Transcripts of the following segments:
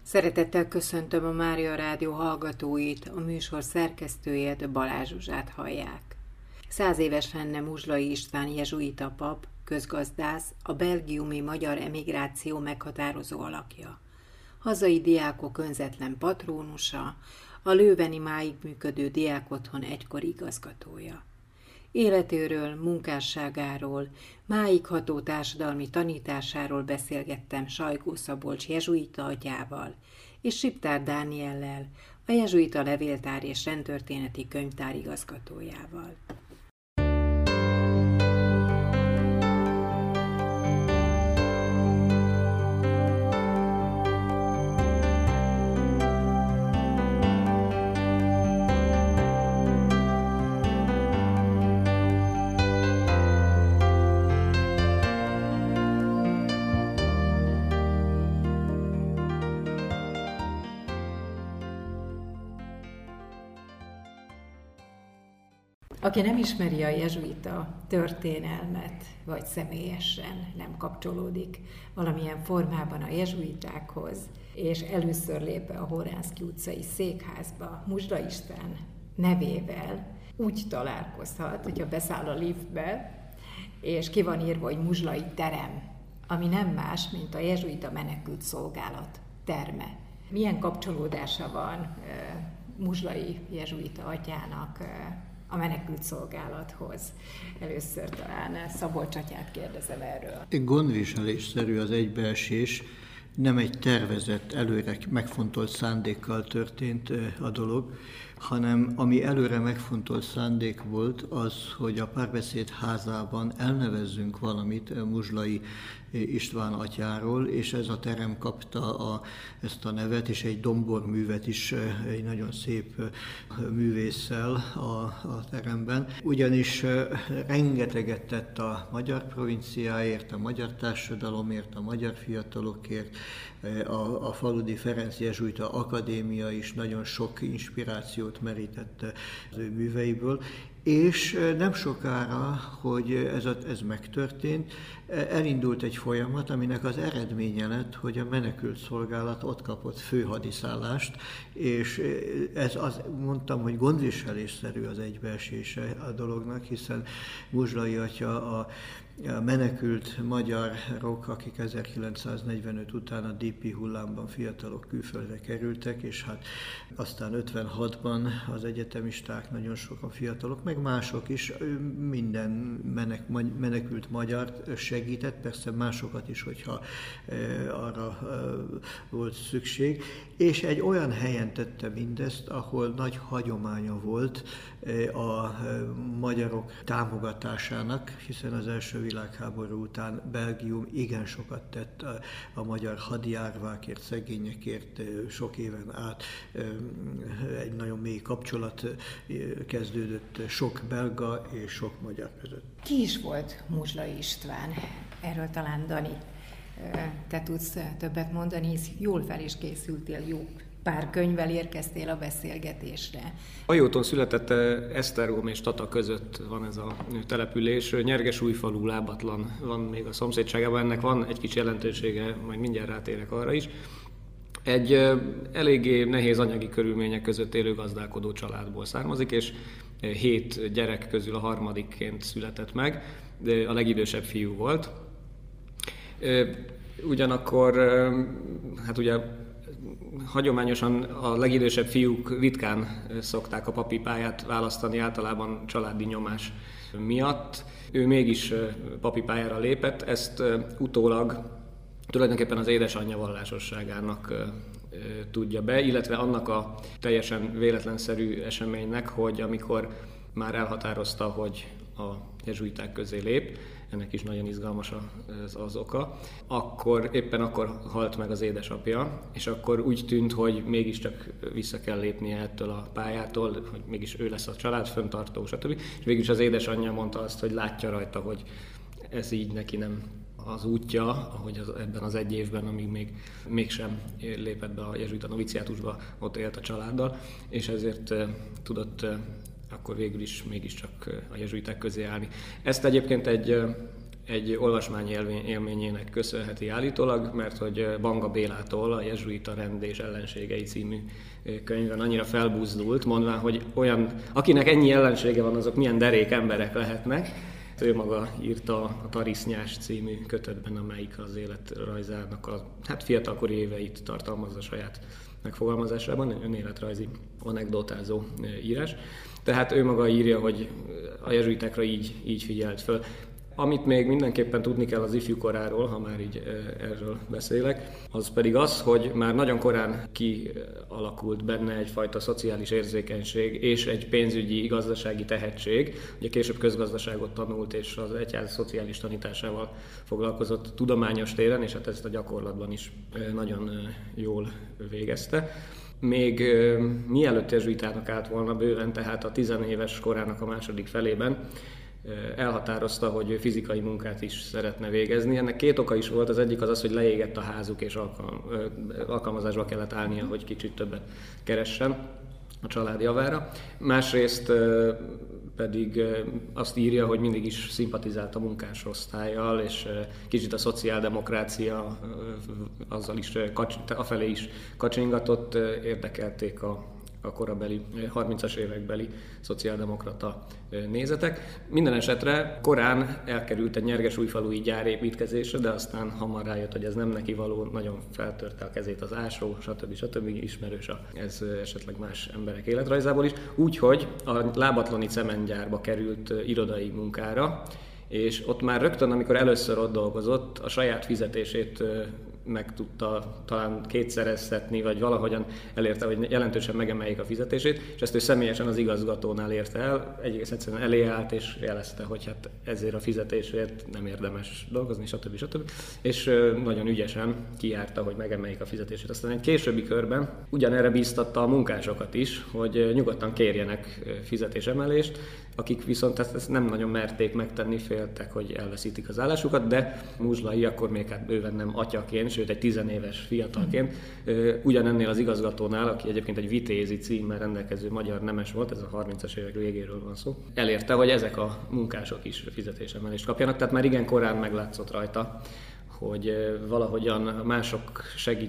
Szeretettel köszöntöm a Mária Rádió hallgatóit, a műsor szerkesztőjét, Balázs Zsuzsát hallják. 100 éves lenne Muzslay István jezsuita pap, közgazdász, a belgiumi magyar emigráció meghatározó alakja. Hazai diákok önzetlen patrónusa, a leuveni máig működő diákotthon egykori igazgatója. Életéről, munkásságáról, máig ható társadalmi tanításáról beszélgettem Sajgó Szabolcs jezsuita atyával és Siptár Dániellel, a jezsuita levéltár és rendtörténeti könyvtár igazgatójával. Aki nem ismeri a jezsuita történelmet, vagy személyesen nem kapcsolódik valamilyen formában a jezsuitákhoz, és először lép be a Horánszky utcai székházba Muzslay István nevével, úgy találkozhat, hogyha beszáll a liftbe, és ki van írva, hogy Muzslay terem, ami nem más, mint a jezsuita menekült szolgálat terme. Milyen kapcsolódása van Muzslay jezsuita atyának a menekült szolgálathoz? Először talán Szabolcs atyát kérdezem erről. Gondviselésszerű az egybeesés, nem egy tervezett, előre megfontolt szándékkal történt a dolog, hanem ami előre megfontolt szándék volt az, hogy a Párbeszéd házában elnevezzünk valamit Muzslay István atyáról, és ez a terem kapta ezt a nevet, és egy domborművet is egy nagyon szép művésszel a teremben. Ugyanis rengeteget tett a magyar provinciáért, a magyar társadalomért, a magyar fiatalokért, a Faludi Ferenc Jezsuita Akadémia is nagyon sok inspirációt merített az ő műveiből, és nem sokára, hogy ez megtörtént, elindult egy folyamat, aminek az eredménye lett, hogy a menekült szolgálat ott kapott főhadiszállást, és ez mondtam, hogy gondviselésszerű az egybeesése a dolognak, hiszen Muzslay atya a menekült magyarok, akik 1945 után a DP hullámban fiatalok külföldre kerültek, és hát aztán 56-ban az egyetemisták, nagyon sokan fiatalok, meg mások is, minden menekült magyart segített, persze másokat is, hogyha arra volt szükség, és egy olyan helyen tette mindezt, ahol nagy hagyománya volt a magyarok támogatásának, hiszen az első világháború után Belgium igen sokat tett a magyar hadjárvákért, szegényekért sok éven át. Egy nagyon mély kapcsolat kezdődött sok belga és sok magyar között. Ki is volt Muzslay István? Erről talán Dani, te tudsz többet mondani, hisz jól fel is készültél, jó pár könyvvel érkeztél a beszélgetésre. Hajóton született, Esztergom és Tata között van ez a település. Nyergesújfalu, lábatlan van még a szomszédságában, ennek van egy kis jelentősége, majd mindjárt rátérek arra is. Egy eléggé nehéz anyagi körülmények között élő gazdálkodó családból származik, és 7 gyerek közül a harmadikként született meg, de a legidősebb fiú volt. Ugyanakkor, hát ugye hagyományosan a legidősebb fiúk ritkán szokták a papi pályát választani, általában családi nyomás miatt. Ő mégis papi pályára lépett, ezt utólag tulajdonképpen az édesanyja vallásosságának tudja be, illetve annak a teljesen véletlenszerű eseménynek, hogy amikor már elhatározta, hogy a jezsuiták közé lép, ennek is nagyon izgalmas az oka, éppen akkor halt meg az édesapja, és akkor úgy tűnt, hogy mégiscsak vissza kell lépnie ettől a pályától, hogy mégis ő lesz a családfenntartó, stb. És mégis az édesanyja mondta azt, hogy látja rajta, hogy ez így neki nem az útja, ahogy ebben az egy évben, amíg mégsem lépett be a jezsuita noviciátusba, ott élt a családdal, és ezért tudott akkor végül is mégiscsak a jezsuiták közé állni. Ezt egyébként egy olvasmány élményének köszönheti állítólag, mert hogy Banga Bélától a Jezsuita rend és ellenségei című könyvben annyira felbuzdult, mondván, hogy akinek ennyi ellensége van, azok milyen derék emberek lehetnek. Ő maga írta a Tarisznyás című kötetben, amelyik az életrajzának a fiatalkori éveit tartalmazza saját megfogalmazásában, egy önéletrajzi anekdotázó írás. Tehát ő maga írja, hogy a jezsuitákra így figyelt föl. Amit még mindenképpen tudni kell az ifjúkoráról, ha már így erről beszélek, az pedig az, hogy már nagyon korán kialakult benne egyfajta szociális érzékenység és egy pénzügyi, gazdasági tehetség. Ugye később közgazdaságot tanult, és az egyház szociális tanításával foglalkozott tudományos téren, és hát ezt a gyakorlatban is nagyon jól végezte. Még mielőtt jezsuitának állt volna bőven, tehát a 10 éves korának a második felében, elhatározta, hogy ő fizikai munkát is szeretne végezni. Ennek 2 oka is volt, az egyik az, hogy leégett a házuk, és alkalmazásba kellett állnia, hogy kicsit többet keressen a család javára. Másrészt pedig azt írja, hogy mindig is szimpatizált a munkásosztállyal, és kicsit a szociáldemokrácia azzal is, afelé is kacsingatott, érdekelték a korabeli 30-as évekbeli szociáldemokrata nézetek. Minden esetre korán elkerült egy nyergesújfalui gyár építkezésre, de aztán hamar rájött, hogy ez nem neki való, nagyon feltörte a kezét az ásó, stb. Ismerős ez esetleg más emberek életrajzából is. Úgyhogy a lábatlani cementgyárba került irodai munkára, és ott már rögtön, amikor először ott dolgozott, a saját fizetését meg tudta talán kétszereztetni, vagy valahogyan elérte, hogy jelentősen megemeljék a fizetését, és ezt ő személyesen az igazgatónál érte el, egész egyszerűen elé állt, és jelezte, hogy hát ezért a fizetésért nem érdemes dolgozni, stb. És nagyon ügyesen kijárta, hogy megemeljék a fizetését. Aztán egy későbbi körben ugyanerre bíztatta a munkásokat is, hogy nyugodtan kérjenek fizetésemelést, akik viszont ezt nem nagyon merték megtenni, féltek, hogy elveszítik az állásukat, de Muzslay akkor még bőven nem atyaként, sőt egy 10 éves fiatalként, ugyanennél az igazgatónál, aki egyébként egy vitézi címmel rendelkező magyar nemes volt, ez a 30-as évek végéről van szó, elérte, hogy ezek a munkások is fizetésemelést kapjanak, tehát már igen korán meglátszott rajta, hogy valahogyan mások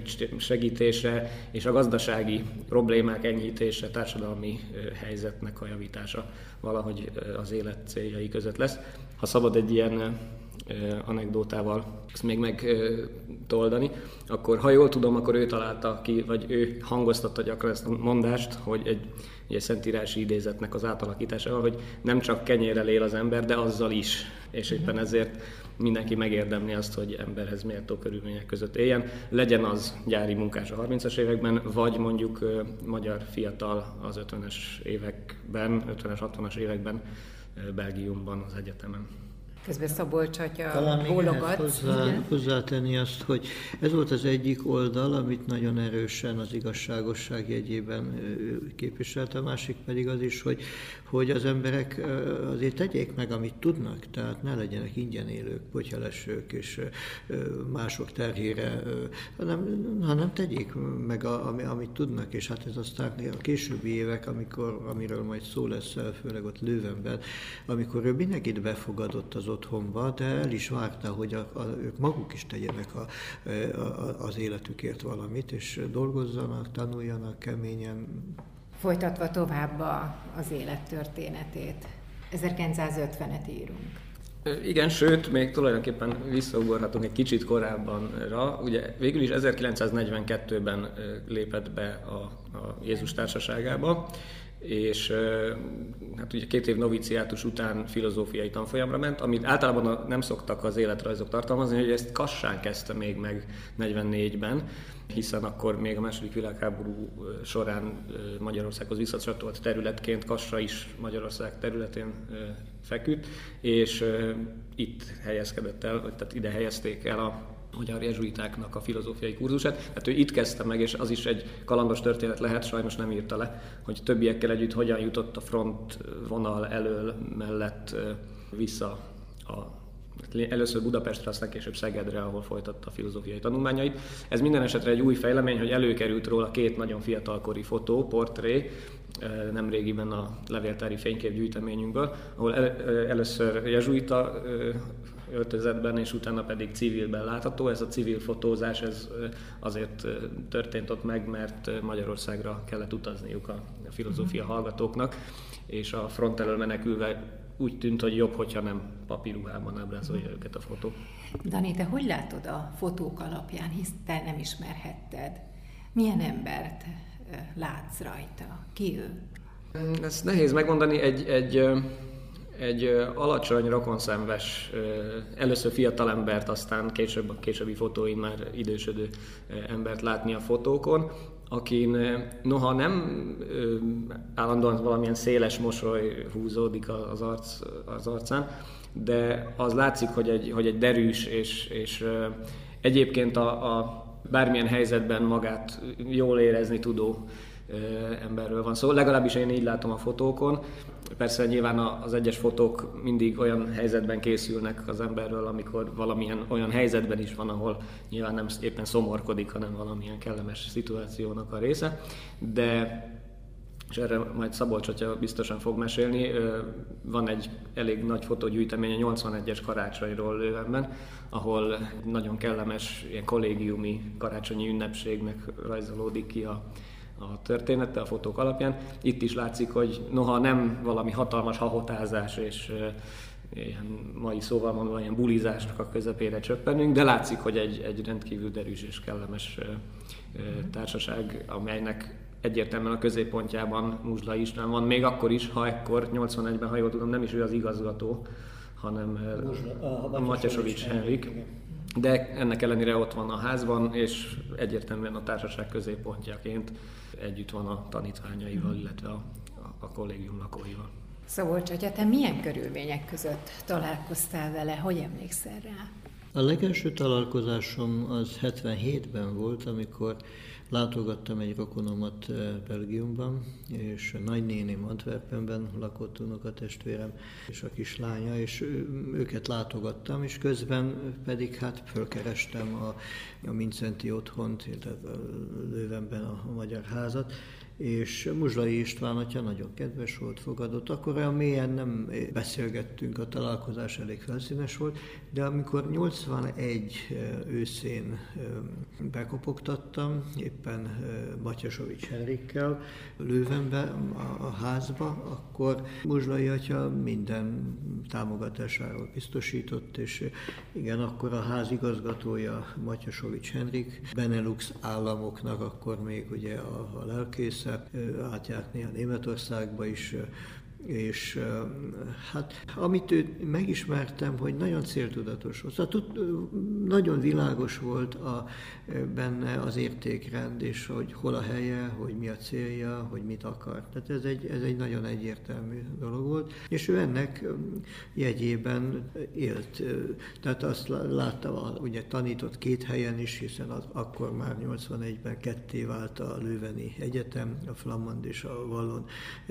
segítése és a gazdasági problémák enyhítése, társadalmi helyzetnek a javítása valahogy az élet céljai között lesz. Ha szabad egy ilyen anekdotával ezt még megtoldani, akkor ha jól tudom, akkor ő találta ki, vagy ő hangoztatta gyakran ezt a mondást, hogy egy szentírási idézetnek az átalakításával, hogy nem csak kenyérrel él az ember, de azzal is. És éppen ezért mindenki megérdemli azt, hogy emberhez méltó körülmények között éljen. Legyen az gyári munkás a 30-as években, vagy mondjuk magyar fiatal az 50-es években, 50-es, 60-as években Belgiumban az egyetemen. Közben Szabolcs atya talán bólogat. Hozzátenni azt, hogy ez volt az egyik oldal, amit nagyon erősen az igazságosság jegyében képviselte, a másik pedig az is, hogy az emberek azért tegyék meg, amit tudnak, tehát ne legyenek ingyen élők, potyalesők és mások terhére, hanem tegyék meg, amit tudnak, és hát ez aztán a későbbi évek, amiről majd szó lesz, főleg ott Leuvenben, amikor ő mindenkit befogadott az otthonba, de el is várta, hogy ők maguk is tegyenek az életükért valamit, és dolgozzanak, tanuljanak keményen. Folytatva tovább az élettörténetét. 1950-et írunk. Igen, sőt, még tulajdonképpen visszaugorhatunk egy kicsit korábbanra. Ugye végül is 1942-ben lépett be a Jézus Társaságába, és hát ugye 2 év noviciátus után filozófiai tanfolyamra ment, amit általában nem szoktak az életrajzok tartalmazni, hogy ezt Kassán kezdte még meg 44-ben, hiszen akkor még a II. Világháború során Magyarországhoz visszacsatolt területként Kassa is Magyarország területén feküdt, és itt helyezkedett el, tehát ide helyezték el a magyar jezsuitáknak a filozófiai kurzusát. Hát ő itt kezdte meg, és az is egy kalandos történet lehet, sajnos nem írta le, hogy többiekkel együtt hogyan jutott a frontvonal elől mellett vissza először Budapestre, aztán később Szegedre, ahol folytatta a filozófiai tanulmányait. Ez minden esetre egy új fejlemény, hogy előkerült róla 2 nagyon fiatalkori fotó, portré, nemrégiben a levéltári fényképgyűjteményünkből, ahol először jezsuita öltözetben, és utána pedig civilben látható. Ez a civil fotózás ez azért történt ott meg, mert Magyarországra kellett utazniuk a filozófia hallgatóknak, és a front elől menekülve úgy tűnt, hogy jobb, hogyha nem papírruhában ábrázolja őket a fotó. Dani, te hogy látod a fotók alapján, hisz te nem ismerhetted? Milyen embert látsz rajta? Ki ő? Ezt nehéz megmondani, egy alacsony, rokonszenves, először fiatalembert, aztán később a későbbi fotóin már idősödő embert látni a fotókon, akin noha nem állandóan valamilyen széles mosoly húzódik az arcán, de az látszik, hogy egy derűs és egyébként a bármilyen helyzetben magát jól érezni tudó emberről van szó. Legalábbis én így látom a fotókon. Persze nyilván az egyes fotók mindig olyan helyzetben készülnek az emberről, amikor valamilyen olyan helyzetben is van, ahol nyilván nem éppen szomorkodik, hanem valamilyen kellemes szituációnak a része. De, és erre majd Szabolcs atya biztosan fog mesélni, van egy elég nagy fotógyűjtemény a 81-es karácsonyról Lővenben, ahol nagyon kellemes ilyen kollégiumi karácsonyi ünnepségnek rajzolódik ki a története a fotók alapján. Itt is látszik, hogy noha nem valami hatalmas hahotázás és ilyen mai szóval mondva ilyen bulizásnak a közepére csöppenünk, de látszik, hogy egy rendkívül derűs és kellemes társaság, amelynek egyértelműen a középpontjában Muzslay István van, még akkor is, ha ekkor 81-ben, ha jól tudom, nem is ő az igazgató, hanem Matyasovics Henrik. De ennek ellenére ott van a házban, és egyértelműen a társaság középpontjaként együtt van a tanítványaival, illetve a kollégium lakóival. Szabolcs atya, te milyen körülmények között találkoztál vele? Hogy emlékszel rá? A legelső találkozásom az 77-ben volt, amikor látogattam egy rokonomat Belgiumban, és a nagynéném Antwerpenben lakott, unokatestvérem és a kislánya, és őket látogattam, és közben pedig hát fölkerestem a Mincenti otthont, illetve Lővenben a Magyar Házat, és Muzslay István atya nagyon kedves volt, fogadott. Akkor olyan mélyen nem beszélgettünk, a találkozás elég felszínes volt, de amikor 81 őszén bekopogtattam, éppen Matyasovics Henrikkel Lővenbe, a házba, akkor Muzslay atya minden támogatásáról biztosított, és igen, akkor a ház igazgatója Matyasovics Henrik, Benelux államoknak akkor még ugye a lelkésze, átjárt néha Németországba is, és hát amit őt megismertem, hogy nagyon céltudatos volt. Szóval nagyon világos volt benne az értékrend, és hogy hol a helye, hogy mi a célja, hogy mit akar. Tehát ez egy nagyon egyértelmű dolog volt, és ő ennek jegyében élt. Tehát azt láttam, ugye tanított 2 helyen is, hiszen akkor már 81-ben ketté vált a Lőveni Egyetem, a flamand és a vallon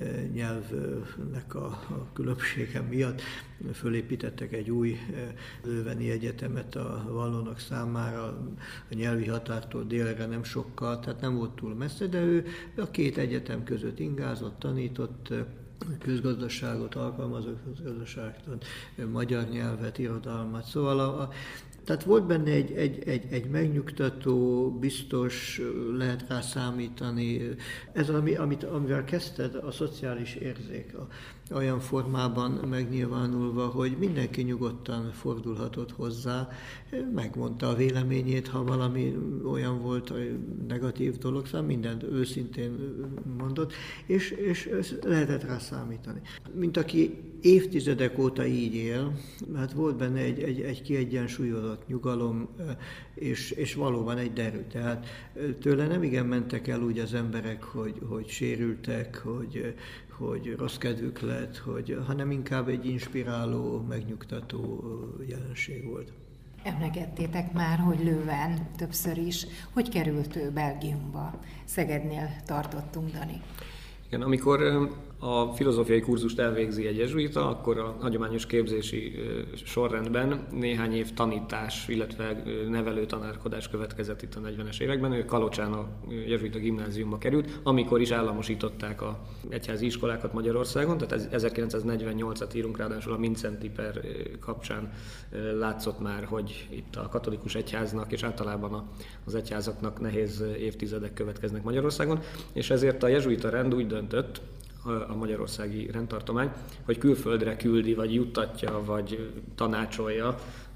nyelvnek a különbsége miatt. Fölépítettek egy új Lőveni Egyetemet a vallonok számára, a nyelvi határtól délre nem sokkal, tehát nem volt túl messze, de ő a 2 egyetem között ingázott, tanított, közgazdaságot, alkalmazott közgazdaságot, magyar nyelvet, irodalmat, szóval tehát volt benne egy megnyugtató, biztos, lehet rá számítani. Ez, amivel kezdted, a szociális érzék, olyan formában megnyilvánulva, hogy mindenki nyugodtan fordulhatott hozzá, megmondta a véleményét, ha valami olyan volt, negatív dolog, szóval mindent őszintén mondott, és lehetett rá számítani. Mint aki évtizedek óta így él, hát volt benne egy kiegyensúlyozott nyugalom, és valóban egy derű. Tehát tőle nem igen mentek el úgy az emberek, hogy sérültek, hogy rossz kedvük lett, hanem inkább egy inspiráló, megnyugtató jelenség volt. Emlegettétek már, hogy Lőven többször is. Hogy került ő Belgiumba? Szegednél tartottunk, Dani. Igen, amikor a filozófiai kurzust elvégzi egy jezsuita, akkor a hagyományos képzési sorrendben néhány év tanítás, illetve nevelő tanárkodás következett itt a 40-es években. Ő Kalocsán a jezsuita gimnáziumba került, amikor is államosították az egyházi iskolákat Magyarországon, tehát 1948-at írunk, ráadásul a Mindszenty per kapcsán látszott már, hogy itt a katolikus egyháznak és általában az egyházaknak nehéz évtizedek következnek Magyarországon, és ezért a jezsuita rend úgy döntött, a magyarországi rendtartomány, hogy külföldre küldi, vagy juttatja, vagy tanácsolja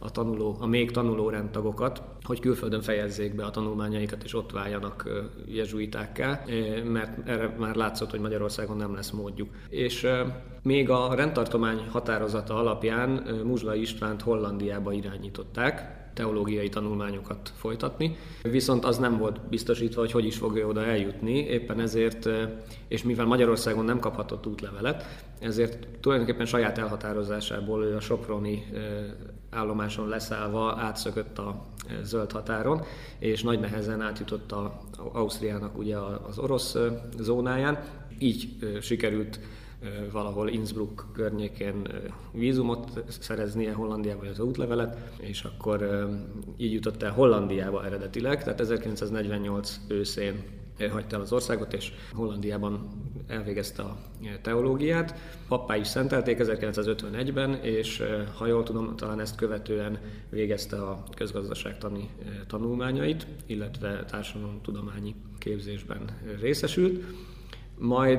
a még tanuló rendtagokat, hogy külföldön fejezzék be a tanulmányaikat, és ott váljanak jezsuitákká, mert erre már látszott, hogy Magyarországon nem lesz módjuk. És még a rendtartomány határozata alapján Muzslay Istvánt Hollandiába irányították, teológiai tanulmányokat folytatni, viszont az nem volt biztosítva, hogy is fog ő oda eljutni, éppen ezért, és mivel Magyarországon nem kaphatott útlevelet, ezért tulajdonképpen saját elhatározásából ő a soproni állomáson leszállva átszökött a zöld határon, és nagy nehezen átjutott Ausztriának ugye az orosz zónáján, így sikerült valahol Innsbruck környékén vízumot szereznie Hollandiába, az útlevelet, és akkor így jutott el Hollandiába eredetileg, tehát 1948 őszén hagyta el az országot, és Hollandiában elvégezte a teológiát. Pappá is szentelték 1951-ben, és ha jól tudom, talán ezt követően végezte a közgazdaságtani tanulmányait, illetve társadalomtudományi képzésben részesült. Majd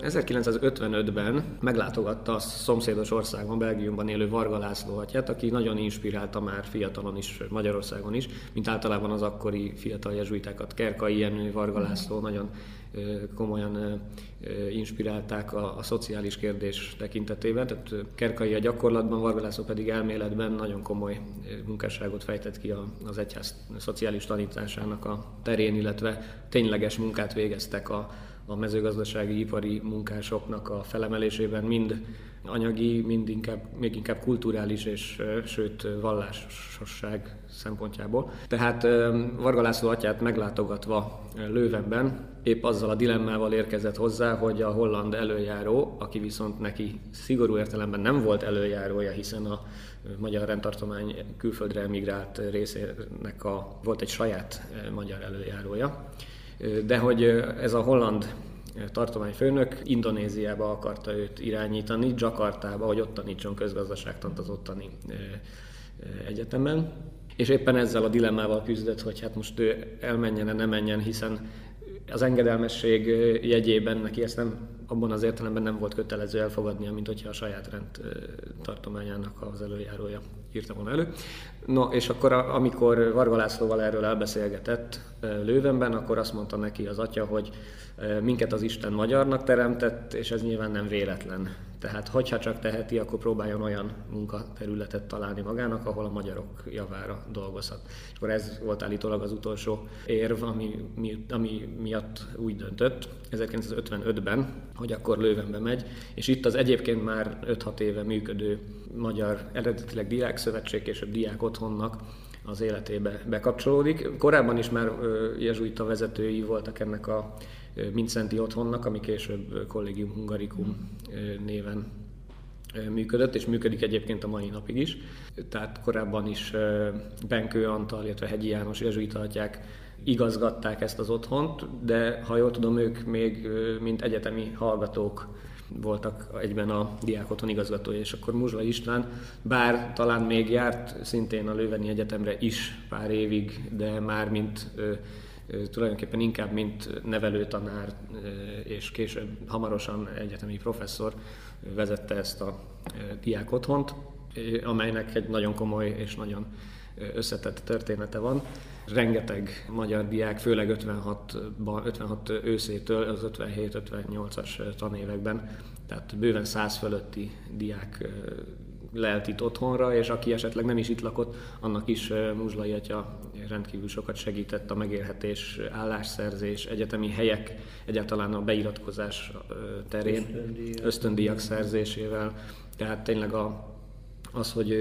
1955-ben meglátogatta a szomszédos országban, Belgiumban élő Varga László atyát, aki nagyon inspirálta már fiatalon is, Magyarországon is, mint általában az akkori fiatal jezsuitákat. Kerkai Jenő, Varga László nagyon komolyan inspirálták a szociális kérdés tekintetében. Tehát Kerkai a gyakorlatban, Varga László pedig elméletben nagyon komoly munkásságot fejtett ki az egyház szociális tanításának a terén, illetve tényleges munkát végeztek a mezőgazdasági, ipari munkásoknak a felemelésében, mind anyagi, még inkább kulturális és sőt vallásosság szempontjából. Tehát Varga László atyát meglátogatva Leuvenben épp azzal a dilemmával érkezett hozzá, hogy a holland előjáró, aki viszont neki szigorú értelemben nem volt előjárója, hiszen a magyar rendtartomány külföldre emigrált részének volt egy saját magyar előjárója, de hogy ez a holland tartományfőnök Indonéziába akarta őt irányítani, Jakartába, hogy ott tanítson közgazdaságtant az ottani egyetemen. És éppen ezzel a dilemmával küzdött, hogy hát most ő elmenjen-e, ne menjen, hiszen az engedelmesség jegyében neki ezt nem, abban az értelemben nem volt kötelező elfogadnia, mint hogyha a saját rendtartományának az előjárója írta volna elő. No, és akkor amikor Varga Lászlóval erről elbeszélgetett Leuvenben, akkor azt mondta neki az atya, hogy minket az Isten magyarnak teremtett, és ez nyilván nem véletlen. Tehát, hogyha csak teheti, akkor próbáljon olyan munkaterületet találni magának, ahol a magyarok javára dolgozhat. És akkor ez volt állítólag az utolsó érv, ami miatt úgy döntött 1955-ben, hogy akkor Leuvenbe megy, és itt az egyébként már 5-6 éve működő magyar eredetileg diákszövetség, később diák otthonnak az életébe bekapcsolódik. Korábban is már jezsuita vezetői voltak ennek a Mindszenty otthonnak, ami később Collegium Hungaricum néven működött, és működik egyébként a mai napig is. Tehát korábban is Benkő Antal, illetve Hegyi János jezsuita atyák igazgatták ezt az otthont, de ha jól tudom, ők még mint egyetemi hallgatók voltak egyben a diákotthon igazgatója, és akkor Muzslay István, bár talán még járt szintén a Leuveni Egyetemre is pár évig, de már tulajdonképpen inkább mint nevelőtanár, és később hamarosan egyetemi professzor vezette ezt a diákotthont, amelynek egy nagyon komoly és nagyon összetett története van. Rengeteg magyar diák, főleg 56 őszétől az 57-58-as tanévekben, tehát bőven 100 fölötti diák lelt itt otthonra, és aki esetleg nem is itt lakott, annak is Muzslay atya rendkívül sokat segített a megélhetés, állásszerzés, egyetemi helyek, egyáltalán a beiratkozás terén, ösztöndíjak szerzésével. Tehát tényleg az, hogy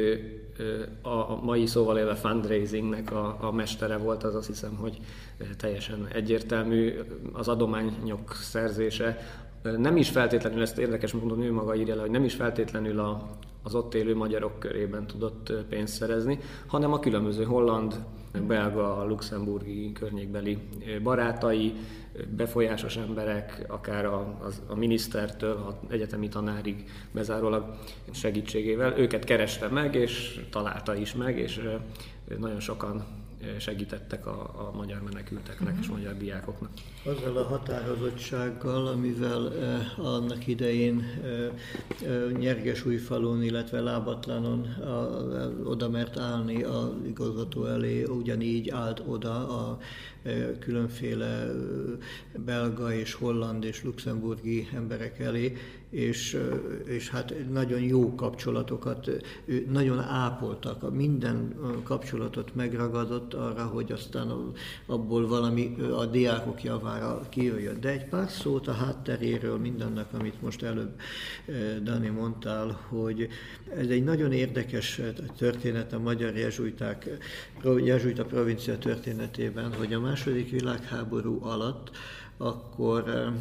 a mai szóval élve fundraisingnek a mestere volt, az azt hiszem, hogy teljesen egyértelmű. Az adományok szerzése, Nem is feltétlenül, ezt érdekes módon ő maga írja le, hogy nem is feltétlenül az ott élő magyarok körében tudott pénzt szerezni, hanem a különböző holland, belga, luxemburgi környékbeli barátai, befolyásos emberek, akár a minisztertől, az egyetemi tanárig bezárólag segítségével. Őket kereste meg, és találta is meg, és nagyon sokan segítettek a magyar menekülteknek és magyar diákoknak. Azzal a határozottsággal, amivel annak idején Nyergesújfalun, illetve Lábatlanon oda mert állni az igazgató elé, ugyanígy állt oda a különféle belga és holland és luxemburgi emberek elé, és hát nagyon jó kapcsolatokat, nagyon ápoltak, minden kapcsolatot megragadott arra, hogy aztán abból valami a diákok javára kijöjjön. De egy pár szót a hátteréről mindannak, amit most előbb Dani mondtál, hogy ez egy nagyon érdekes történet a magyar jezsuita provincia történetében, hogy a II. Világháború alatt akkor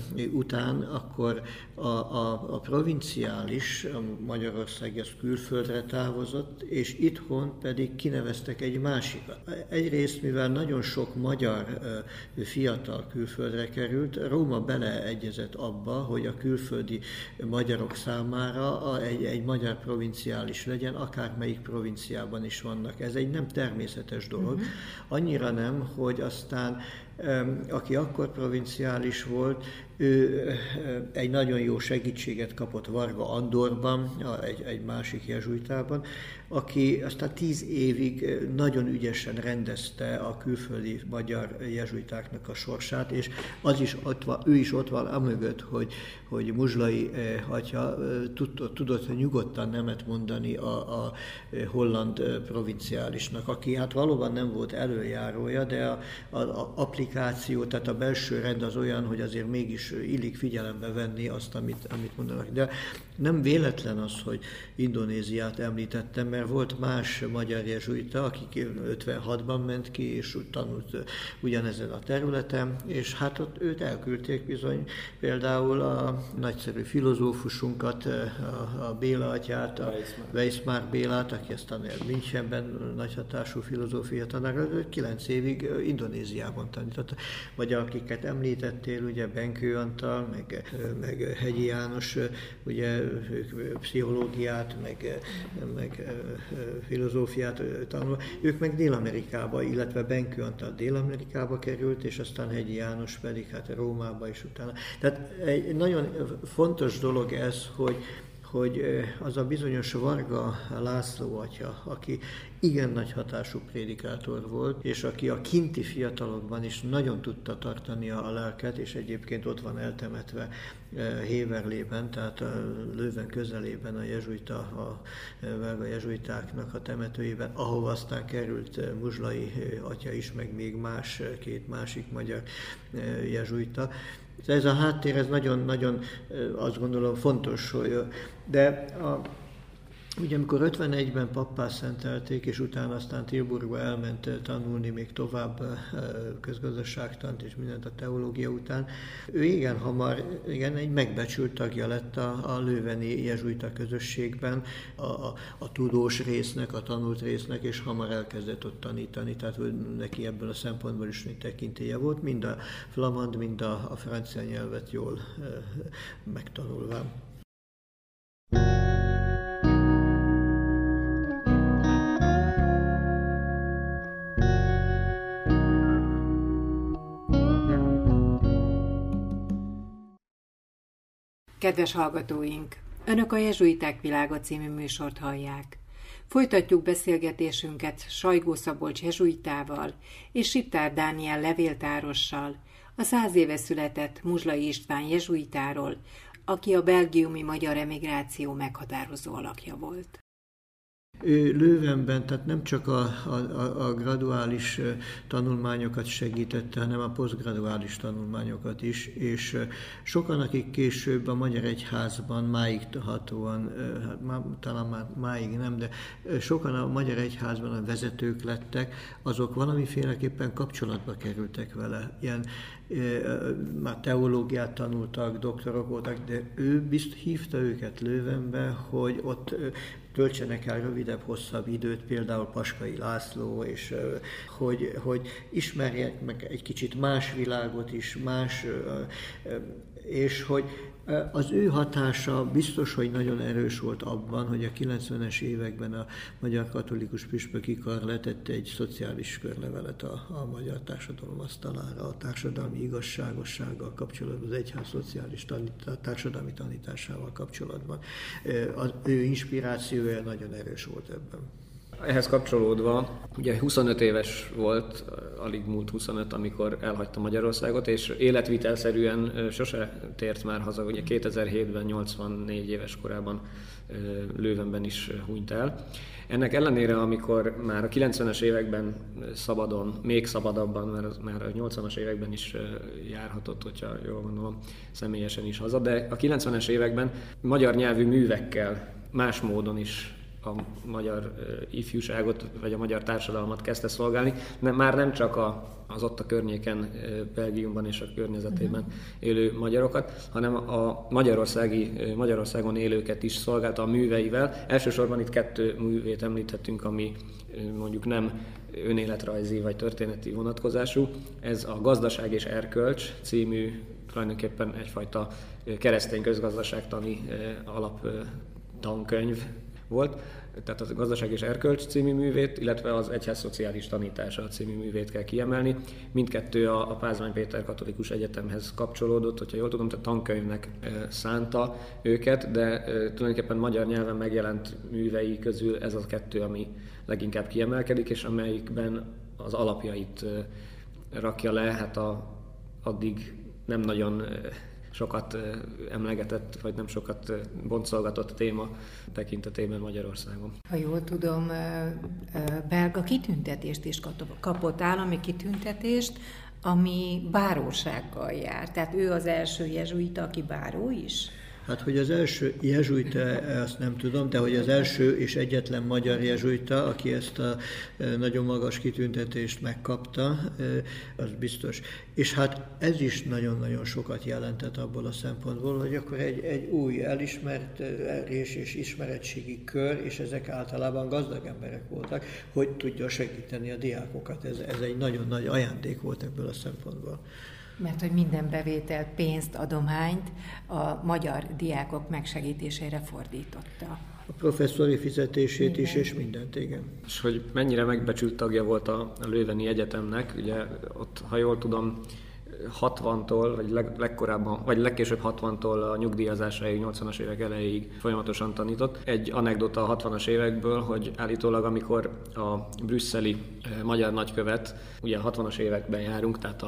a provinciális, a Magyarország ezt külföldre távozott, és itthon pedig kineveztek egy másikat. Egyrészt, mivel nagyon sok magyar fiatal külföldre került, Róma beleegyezett abba, hogy a külföldi magyarok számára egy magyar provinciális legyen, akármelyik provinciában is vannak. Ez egy nem természetes dolog. Annyira nem, hogy aztán aki akkor provinciális volt, ő egy nagyon jó segítséget kapott Varga Andorban, egy másik jezsuitában, aki aztán 10 évig nagyon ügyesen rendezte a külföldi magyar jezsuitáknak a sorsát, és ő is ott van amögött, hogy Muzslai atya tudott nyugodtan nemet mondani a holland provinciálisnak, aki hát valóban nem volt előjárója, de az applikáció, tehát a belső rend az olyan, hogy azért mégis illik figyelembe venni azt, amit mondanak. De nem véletlen az, hogy Indonéziát említettem, mert volt más magyar jezsuita, aki 56-ban ment ki, és tanult ugyanezen a területen, és hát ott őt elküldték bizony, például a nagyszerű filozófusunkat, a Béla atyát, a Weismar Bélát, aki aztán Münchenben nagyhatású filozófia tanár, 9 évig Indonéziában tanított. Vagy akiket említettél, ugye Benkő Antal, meg Hegyi János, ugye pszichológiát, meg filozófiát tanul. Ők meg Dél-Amerikába, illetve Benkő Antal Dél-Amerikába került, és aztán Hegyi János pedig hát Rómába is utána. Tehát egy nagyon fontos dolog ez, hogy az a bizonyos Varga László atya, aki igen nagy hatású prédikátor volt, és aki a kinti fiatalokban is nagyon tudta tartani a lelket, és egyébként ott van eltemetve Héverlében, tehát a Lőven közelében a belga jezsuitáknak a temetőjében, ahova aztán került Muzslai atya is, meg még két másik magyar jezsuita. Ez a háttér, ez nagyon-nagyon azt gondolom fontos, de ugye amikor 51-ben pappá szentelték, és utána aztán Tilburgba elment tanulni még tovább közgazdaságtant és mindent a teológia után, ő igen hamar, egy megbecsült tagja lett a lőveni jezsuita közösségben, a tudós résznek, a tanult résznek, és hamar elkezdett ott tanítani, tehát neki ebből a szempontból is tekintélye volt, mind a flamand, mind a francia nyelvet jól megtanulva. Kedves hallgatóink! Önök a Jezsuiták világa című műsort hallják. Folytatjuk beszélgetésünket Sajgó Szabolcs jezsuitával és Siptár Dániel levéltárossal, a 100 éve született Muzslai István jezsuitáról, aki a belgiumi magyar emigráció meghatározó alakja volt. Ő Leuvenben, tehát nem csak a graduális tanulmányokat segítette, hanem a posztgraduális tanulmányokat is, és sokan, akik később a Magyar Egyházban máig tahatóan, talán már máig nem, de sokan a Magyar Egyházban a vezetők lettek, azok valamiféleképpen kapcsolatba kerültek vele. Ilyen már teológiát tanultak, doktorok voltak, de ő hívta őket Leuvenbe, hogy ott töltsenek el rövidebb, hosszabb időt, például Paskai László, és hogy ismerjek meg egy kicsit más világot is, és hogy az ő hatása biztos, hogy nagyon erős volt abban, hogy a 90-es években a Magyar Katolikus Püspöki Kar letette egy szociális körlevelet a magyar társadalom asztalára, a társadalmi igazságossággal kapcsolatban, az egyház szociális társadalmi tanításával kapcsolatban. Az ő inspirációja nagyon erős volt ebben. Ehhez kapcsolódva, ugye 25 éves volt, alig múlt 25, amikor elhagyta Magyarországot, és életvitelszerűen sose tért már haza, ugye 2007-ben, 84 éves korában Leuvenben is hunyt el. Ennek ellenére, amikor már a 90-es években szabadon, még szabadabban, mert már a 80-as években is járhatott, hogyha jól gondolom, személyesen is haza, de a 90-es években magyar nyelvű művekkel más módon is a magyar ifjúságot, vagy a magyar társadalmat kezdte szolgálni, már nem csak az ott a környéken, Belgiumban és a környezetében élő magyarokat, hanem a Magyarországon élőket is szolgálta a műveivel. Elsősorban itt 2 művét említhetünk, ami mondjuk nem önéletrajzi vagy történeti vonatkozású. Ez a Gazdaság és Erkölcs című, tulajdonképpen egyfajta keresztény közgazdaságtani alaptankönyv volt, tehát a Gazdaság és Erkölcs című művét, illetve az Egyház szociális tanítása című művét kell kiemelni. Mindkettő a Pázmány Péter Katolikus Egyetemhez kapcsolódott, hogyha jól tudom, tehát tankönyvnek szánta őket, de tulajdonképpen magyar nyelven megjelent művei közül ez a 2, ami leginkább kiemelkedik, és amelyikben az alapjait rakja le, hát addig nem nagyon sokat emlegetett, vagy nem sokat boncolgatott téma tekintetében Magyarországon. Ha jól tudom, belga kitüntetést is kapott, állami kitüntetést, ami bárósággal jár. Tehát ő az első jezsuita, aki báró is? Hát, hogy az első jezsuita, azt nem tudom, de hogy az első és egyetlen magyar jezsuita, aki ezt a nagyon magas kitüntetést megkapta, az biztos. És hát ez is nagyon-nagyon sokat jelentett abból a szempontból, hogy akkor egy új elismerés és ismeretségi kör, és ezek általában gazdag emberek voltak, hogy tudja segíteni a diákokat. Ez egy nagyon nagy ajándék volt ebből a szempontból. Mert hogy minden bevételt, pénzt, adományt a magyar diákok megsegítésére fordította. A professzori fizetését is, és mindent, igen. És hogy mennyire megbecsült tagja volt a Leuveni Egyetemnek, ugye ott, ha jól tudom, 60-tól, vagy legkorábban, vagy legkésőbb 60-tól a nyugdíjazásáig, 80-as évek elejéig folyamatosan tanított. Egy anekdota a 60-as évekből, hogy állítólag amikor a brüsszeli magyar nagykövet, ugye a 60-as években járunk, tehát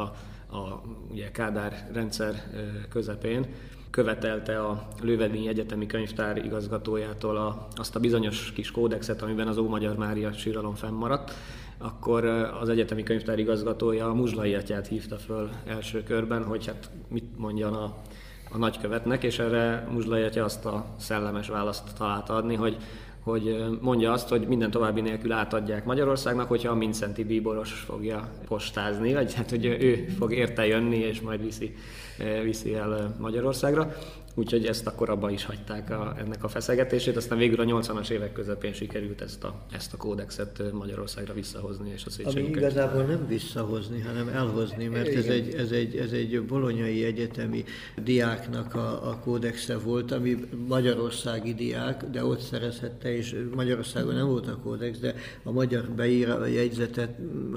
ugye Kádár rendszer közepén, követelte a Leuveni Egyetemi Könyvtár igazgatójától azt a bizonyos kis kódexet, amiben az Ómagyar Mária síralom fennmaradt, akkor az egyetemi könyvtár igazgatója a Muzslai atyát hívta föl első körben, hogy hát mit mondjan a nagykövetnek, és erre Muzslai atya azt a szellemes választ találta adni, hogy mondja azt, hogy minden további nélkül átadják Magyarországnak, hogyha a Mindszenty bíboros fogja postázni, vagy hát, hogy ő fog érte jönni, és majd viszi el Magyarországra. Úgyhogy ezt akkor abba is hagyták ennek a feszegetését, aztán végül a 80-as évek közepén sikerült ezt a kódexet Magyarországra visszahozni. És a ami igazából nem visszahozni, hanem elhozni, mert ez egy bolonyai egyetemi diáknak a kódexe volt, ami magyarországi diák, de ott szerezhette, és Magyarországon nem volt a kódex, de a magyar beírva jegyzetet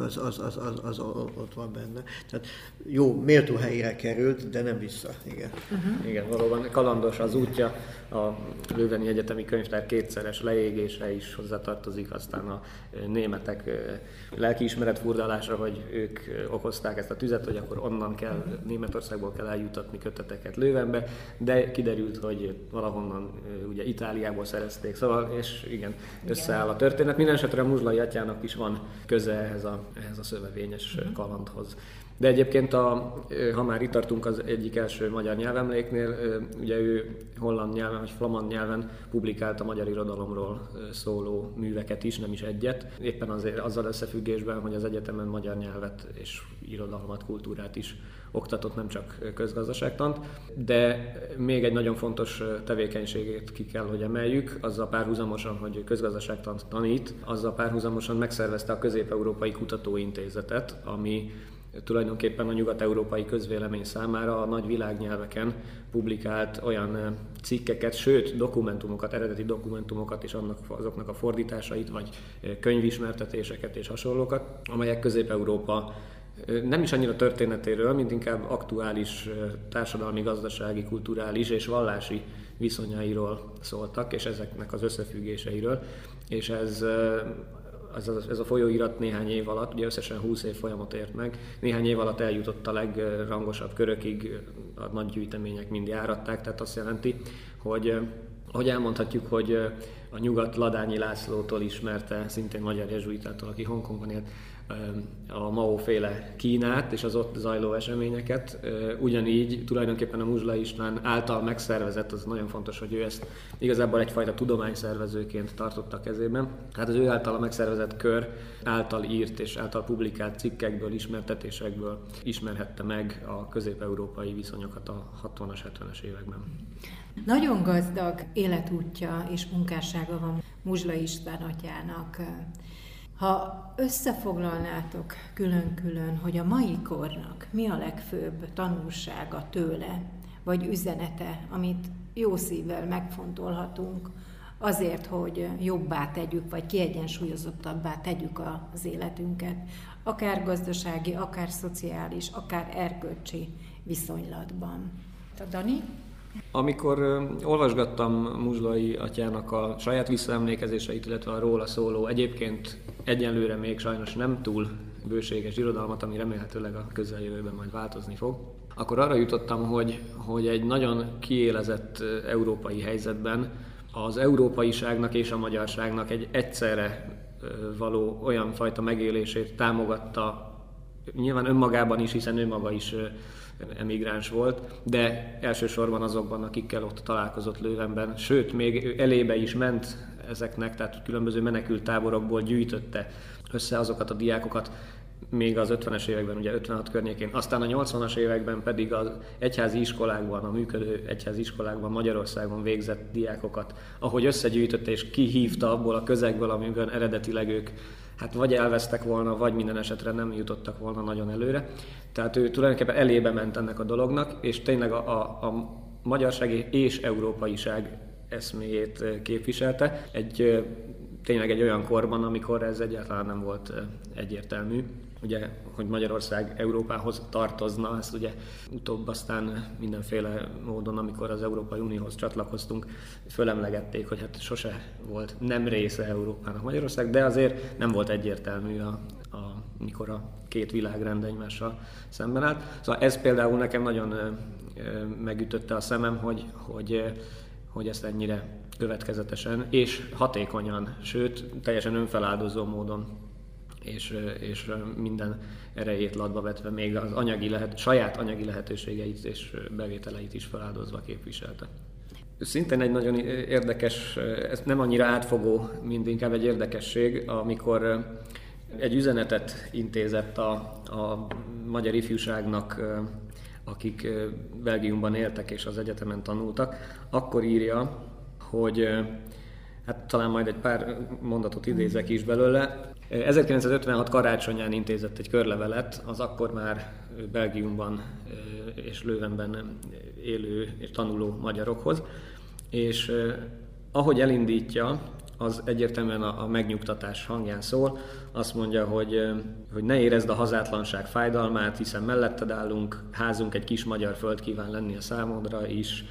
az ott van benne. Tehát jó, méltó helyére került, de nem vissza. Igen. Igen, valóban kalandos az útja, a Leuveni Egyetemi Könyvtár kétszeres leégése is hozzátartozik, aztán a németek lelkiismeret furdalása, hogy ők okozták ezt a tüzet, hogy akkor onnan kell, Németországból kell eljutatni köteteket Leuvenbe, de kiderült, hogy valahonnan ugye Itáliából szerezték, szóval és igen, összeáll a történet. Mindenesetre a Muzslay atyának is van köze ehhez a szövevényes kalandhoz. De egyébként, ha már itt tartunk az egyik első magyar nyelvemléknél, ugye ő holland nyelven vagy flamand nyelven publikált a magyar irodalomról szóló műveket is, nem is egyet. Éppen azért azzal összefüggésben, hogy az egyetemen magyar nyelvet és irodalmat, kultúrát is oktatott, nem csak közgazdaságtant. De még egy nagyon fontos tevékenységét ki kell, hogy emeljük, azzal párhuzamosan, hogy közgazdaságtant tanít, azzal párhuzamosan megszervezte a Közép-Európai Kutatóintézetet, ami tulajdonképpen a nyugat-európai közvélemény számára a nagy világnyelveken publikált olyan cikkeket, sőt dokumentumokat, eredeti dokumentumokat és azoknak a fordításait, vagy könyvismertetéseket és hasonlókat, amelyek Közép-Európa nem is annyira történetéről, mint inkább aktuális társadalmi, gazdasági, kulturális és vallási viszonyairól szóltak, és ezeknek az összefüggéseiről, és ez a folyóirat néhány év alatt, ugye összesen 20 év folyamot ért meg, néhány év alatt eljutott a legrangosabb körökig, a nagy gyűjtemények mind járatták, tehát azt jelenti, hogy elmondhatjuk, hogy a nyugat Ladányi Lászlótól ismerte, szintén magyar jezsuitától, aki Hongkongban élt, a Mao-féle Kínát és az ott zajló eseményeket. Ugyanígy tulajdonképpen a Muzslay István által megszervezett, az nagyon fontos, hogy ő ezt igazából egyfajta tudományszervezőként tartotta kezében. Hát az ő által megszervezett kör által írt és által publikált cikkekből, ismertetésekből ismerhette meg a közép-európai viszonyokat a 60-as, 70-es években. Nagyon gazdag életútja és munkássága van Muzslay István atyának. Ha összefoglalnátok külön-külön, hogy a mai kornak mi a legfőbb tanulsága tőle, vagy üzenete, amit jó szívvel megfontolhatunk, azért, hogy jobbá tegyük, vagy kiegyensúlyozottabbá tegyük az életünket, akár gazdasági, akár szociális, akár erkölcsi viszonylatban. Dani? Amikor olvasgattam Muzslay atyának a saját visszaemlékezéseit, illetve a róla szóló, egyébként egyenlőre még sajnos nem túl bőséges irodalmat, ami remélhetőleg a közeljövőben majd változni fog, akkor arra jutottam, hogy egy nagyon kiélezett európai helyzetben az európaiságnak és a magyarságnak egy egyszerre való olyan fajta megélését támogatta, nyilván önmagában is, hiszen ő maga is emigráns volt, de elsősorban azokban, akikkel ott találkozott Leuvenben, sőt, még elébe is ment ezeknek, tehát különböző menekült táborokból gyűjtötte össze azokat a diákokat, még az 50-es években, ugye 56 környékén, aztán a 80-as években pedig az egyházi iskolákban, a működő egyházi iskolákban Magyarországon végzett diákokat, ahogy összegyűjtötte és kihívta abból a közegből, amiben eredetileg ők hát vagy elvesztek volna, vagy minden esetre nem jutottak volna nagyon előre. Tehát ő tulajdonképpen elébe ment ennek a dolognak, és tényleg a magyarság és európaiság eszméjét képviselte. Tényleg egy olyan korban, amikor ez egyáltalán nem volt egyértelmű. Ugye, hogy Magyarország Európához tartozna, ezt ugye utóbb aztán mindenféle módon, amikor az Európai Unióhoz csatlakoztunk, fölemlegették, hogy hát sose volt nem része Európának Magyarország, de azért nem volt egyértelmű, mikor a két világrend egymással szemben állt. Szóval ez például nekem nagyon megütötte a szemem, hogy ezt ennyire következetesen és hatékonyan, sőt teljesen önfeláldozó módon és minden erejét latba vetve, még az saját anyagi lehetőségeit és bevételeit is feláldozva képviselte. Szintén egy nagyon érdekes, ez nem annyira átfogó, mint inkább egy érdekesség, amikor egy üzenetet intézett a magyar ifjúságnak, akik Belgiumban éltek és az egyetemen tanultak, akkor írja, hogy hát talán majd egy pár mondatot idézek is belőle. 1956 karácsonyán intézett egy körlevelet az akkor már Belgiumban és Leuvenben élő és tanuló magyarokhoz, és ahogy elindítja, az egyértelműen a megnyugtatás hangján szól. Azt mondja, hogy ne érezd a hazátlanság fájdalmát, hiszen melletted állunk, házunk egy kis magyar föld kíván lenni a számodra is,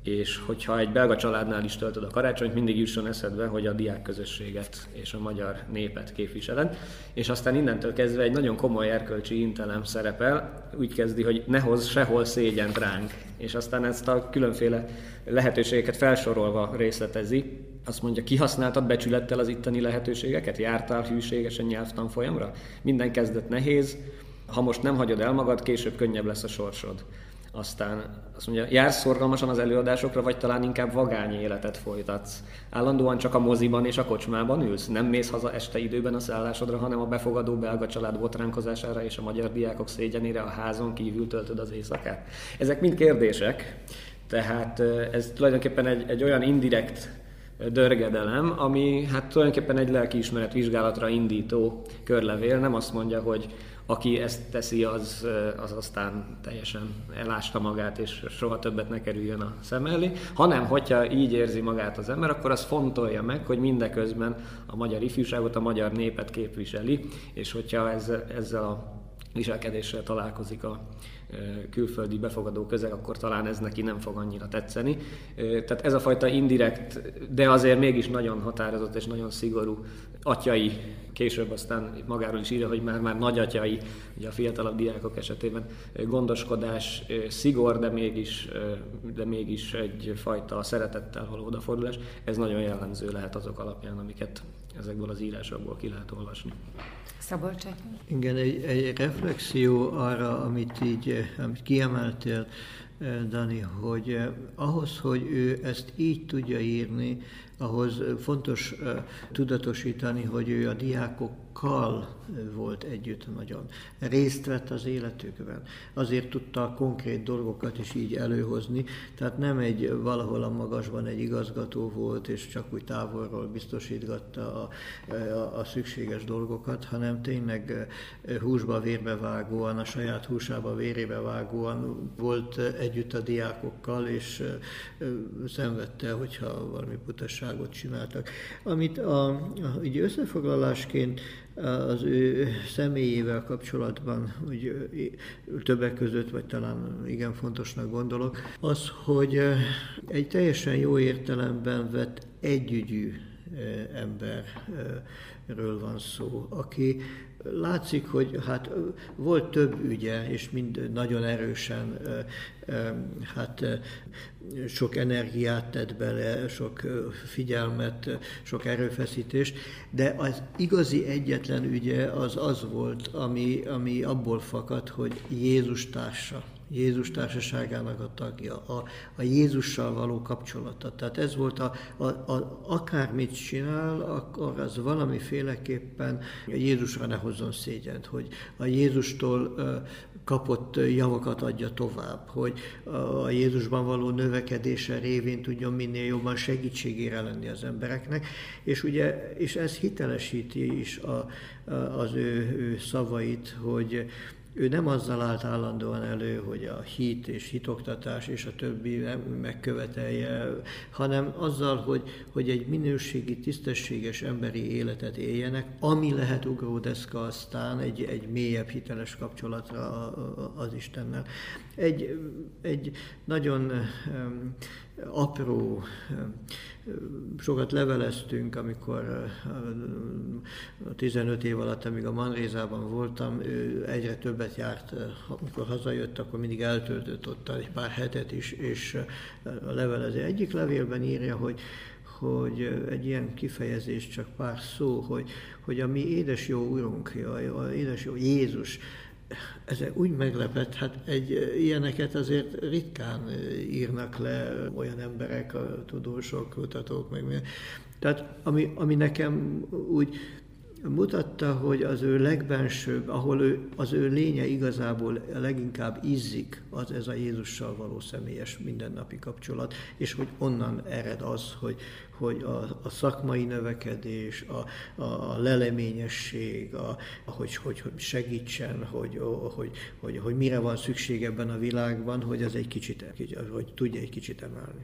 és hogyha egy belga családnál is töltöd a karácsonyt, mindig jusson eszedbe, hogy a diákközösséget és a magyar népet képviseled, és aztán innentől kezdve egy nagyon komoly erkölcsi intelem szerepel, úgy kezdi, hogy ne hozz sehol szégyent ránk, és aztán ezt a különféle lehetőségeket felsorolva részletezi. Azt mondja, kihasználtad becsülettel az itteni lehetőségeket? Jártál hűségesen nyelvtanfolyamra? Minden kezdet nehéz, ha most nem hagyod el magad, később könnyebb lesz a sorsod. Aztán azt mondja, jársz szorgalmasan az előadásokra, vagy talán inkább vagány életet folytatsz. Állandóan csak a moziban és a kocsmában ülsz, nem mész haza este időben a szállásodra, hanem a befogadó belga család botránkozására és a magyar diákok szégyenére a házon kívül töltöd az éjszakát. Ezek mind kérdések, tehát ez tulajdonképpen egy olyan indirekt dörgedelem, ami hát tulajdonképpen egy lelkiismeret vizsgálatra indító körlevél, nem azt mondja, hogy aki ezt teszi, az aztán teljesen elásta magát, és soha többet ne kerüljön a szem elé, hanem hogyha így érzi magát az ember, akkor azt fontolja meg, hogy mindeközben a magyar ifjúságot, a magyar népet képviseli, és hogyha ezzel a viselkedéssel találkozik a külföldi befogadó közeg, akkor talán ez neki nem fog annyira tetszeni. Tehát ez a fajta indirekt, de azért mégis nagyon határozott és nagyon szigorú atyai, később aztán magáról is írja, hogy már nagyatyai, ugye a fiatalabb diákok esetében gondoskodás, szigor, de mégis egyfajta szeretettel való odafordulás, ez nagyon jellemző lehet azok alapján, amiket ezekből az írásokból ki lehet olvasni. Szabolcsák? Igen, egy reflexió arra, amit kiemeltél, Dani, hogy ahhoz, hogy ő ezt így tudja írni, ahhoz fontos tudatosítani, hogy ő a diákokkal volt együtt nagyon. Részt vett az életükben. Azért tudta a konkrét dolgokat is így előhozni. Tehát nem valahol a magasban egy igazgató volt, és csak úgy távolról biztosítgatta a szükséges dolgokat, hanem tényleg húsba, vérbe vágóan, a saját húsába, vérébe vágóan volt együtt a diákokkal, és szenvedte, hogyha valami butaságot csináltak. Amit így összefoglalásként az ő személyével kapcsolatban, úgy többek között, vagy talán igen fontosnak gondolok, az, hogy egy teljesen jó értelemben vett együgyű emberről van szó, aki látszik, hogy hát volt több ügye, és mind nagyon erősen sok energiát tett bele, sok figyelmet, sok erőfeszítést, de az igazi egyetlen ügye az volt, ami abból fakad, hogy Jézus társa. Jézus társaságának a tagja, a Jézussal való kapcsolata. Tehát ez volt akármit csinál, akkor az valamiféleképpen Jézusra ne hozzon szégyent, hogy a Jézustól kapott javakat adja tovább, hogy a Jézusban való növekedése révén tudjon minél jobban segítségére lenni az embereknek, és ez hitelesíti is az ő szavait, hogy ő nem azzal állt állandóan elő, hogy a hit és hitoktatás és a többi megkövetelje, hanem azzal, hogy egy minőségi, tisztességes emberi életet éljenek, ami lehet ugródeszka aztán egy mélyebb hiteles kapcsolatra az Istennel. Egy nagyon apró, sokat leveleztünk, amikor 15 év alatt, amíg a Manrézában voltam, ő egyre többet járt, amikor hazajött, akkor mindig eltöltött ott egy pár hetet is, és a levelező egyik levélben írja, hogy egy ilyen kifejezés, csak pár szó, hogy a mi édes jó Urunk, a édes jó Jézus, ez úgy meglepett, hát ilyeneket azért ritkán írnak le olyan emberek, a tudósok, kutatók, meg minden. Tehát ami nekem úgy mutatta, hogy az ő legbensőbb, ahol az ő lénye igazából leginkább izzik, ez a Jézussal való személyes mindennapi kapcsolat, és hogy onnan ered az, hogy a szakmai növekedés, a leleményesség, hogy segítsen, hogy mire van szükség ebben a világban, hogy ez hogy tudja egy kicsit emelni.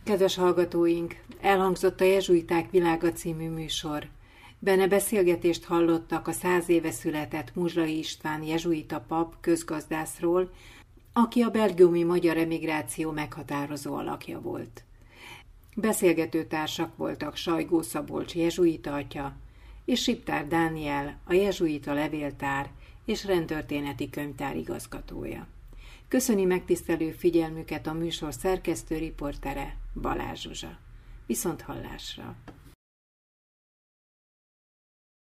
Kedves hallgatóink, elhangzott a Jezsuiták világa című műsor. Benne beszélgetést hallottak a 100 éve született Muzslai István jezsuita pap közgazdászról, aki a belgiumi magyar emigráció meghatározó alakja volt. Beszélgető társak voltak Sajgó Szabolcs jezsuita atya, és Siptár Dániel, a jezsuita levéltár és rendtörténeti könyvtár igazgatója. Köszöni megtisztelő figyelmüket a műsor szerkesztő riportere, Balázs Zsuzsa. Viszonthallásra!